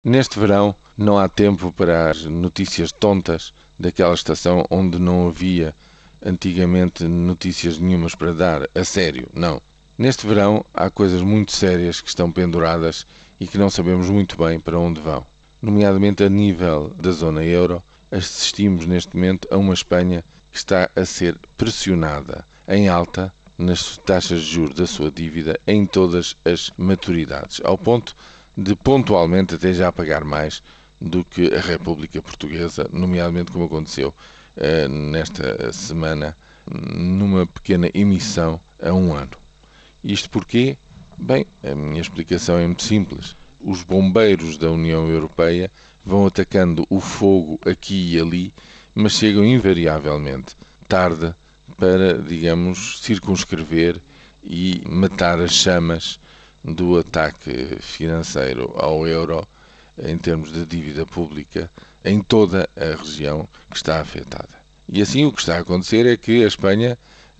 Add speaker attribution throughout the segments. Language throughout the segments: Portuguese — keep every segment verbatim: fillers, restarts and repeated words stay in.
Speaker 1: Neste verão não há tempo para as notícias tontas daquela estação onde não havia antigamente notícias nenhumas para dar, a sério, não. Neste verão há coisas muito sérias que estão penduradas e que não sabemos muito bem para onde vão. Nomeadamente a nível da zona euro, assistimos neste momento a uma Espanha que está a ser pressionada em alta nas taxas de juros da sua dívida em todas as maturidades, ao ponto de pontualmente até já pagar mais do que a República Portuguesa, nomeadamente como aconteceu uh, nesta semana, numa pequena emissão a um ano. Isto porquê? Bem, a minha explicação é muito simples. Os bombeiros da União Europeia vão atacando o fogo aqui e ali, mas chegam invariavelmente tarde para, digamos, circunscrever e matar as chamas do ataque financeiro ao euro em termos de dívida pública em toda a região que está afetada. E assim o que está a acontecer é que a Espanha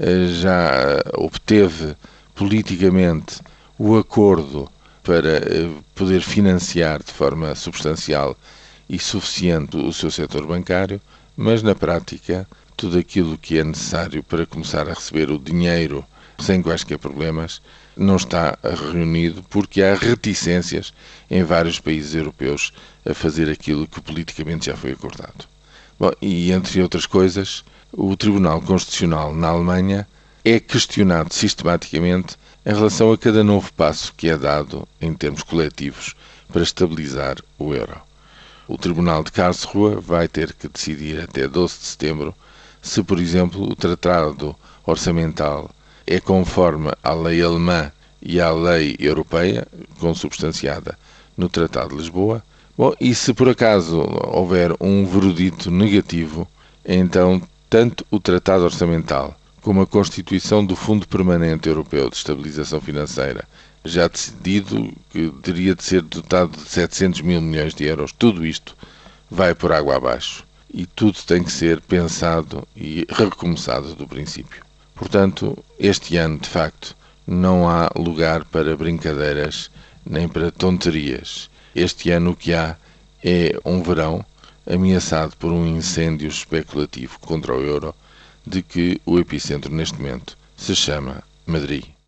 Speaker 1: já obteve politicamente o acordo para poder financiar de forma substancial e suficiente o seu setor bancário, mas na prática tudo aquilo que é necessário para começar a receber o dinheiro sem quaisquer problemas não está reunido porque há reticências em vários países europeus a fazer aquilo que politicamente já foi acordado. Bom, e entre outras coisas, o Tribunal Constitucional na Alemanha é questionado sistematicamente em relação a cada novo passo que é dado em termos coletivos para estabilizar o euro. O Tribunal de Karlsruhe vai ter que decidir até doze de setembro se, por exemplo, o Tratado Orçamental é conforme à lei alemã e à lei europeia, consubstanciada no Tratado de Lisboa. Bom, e se por acaso houver um veredito negativo, então tanto o Tratado Orçamental como a Constituição do Fundo Permanente Europeu de Estabilização Financeira, já decidido que teria de ser dotado de setecentos mil milhões de euros, tudo isto vai por água abaixo e tudo tem que ser pensado e recomeçado do princípio. Portanto, este ano, de facto, não há lugar para brincadeiras nem para tonterias. Este ano o que há é um verão ameaçado por um incêndio especulativo contra o euro, de que o epicentro neste momento se chama Madrid.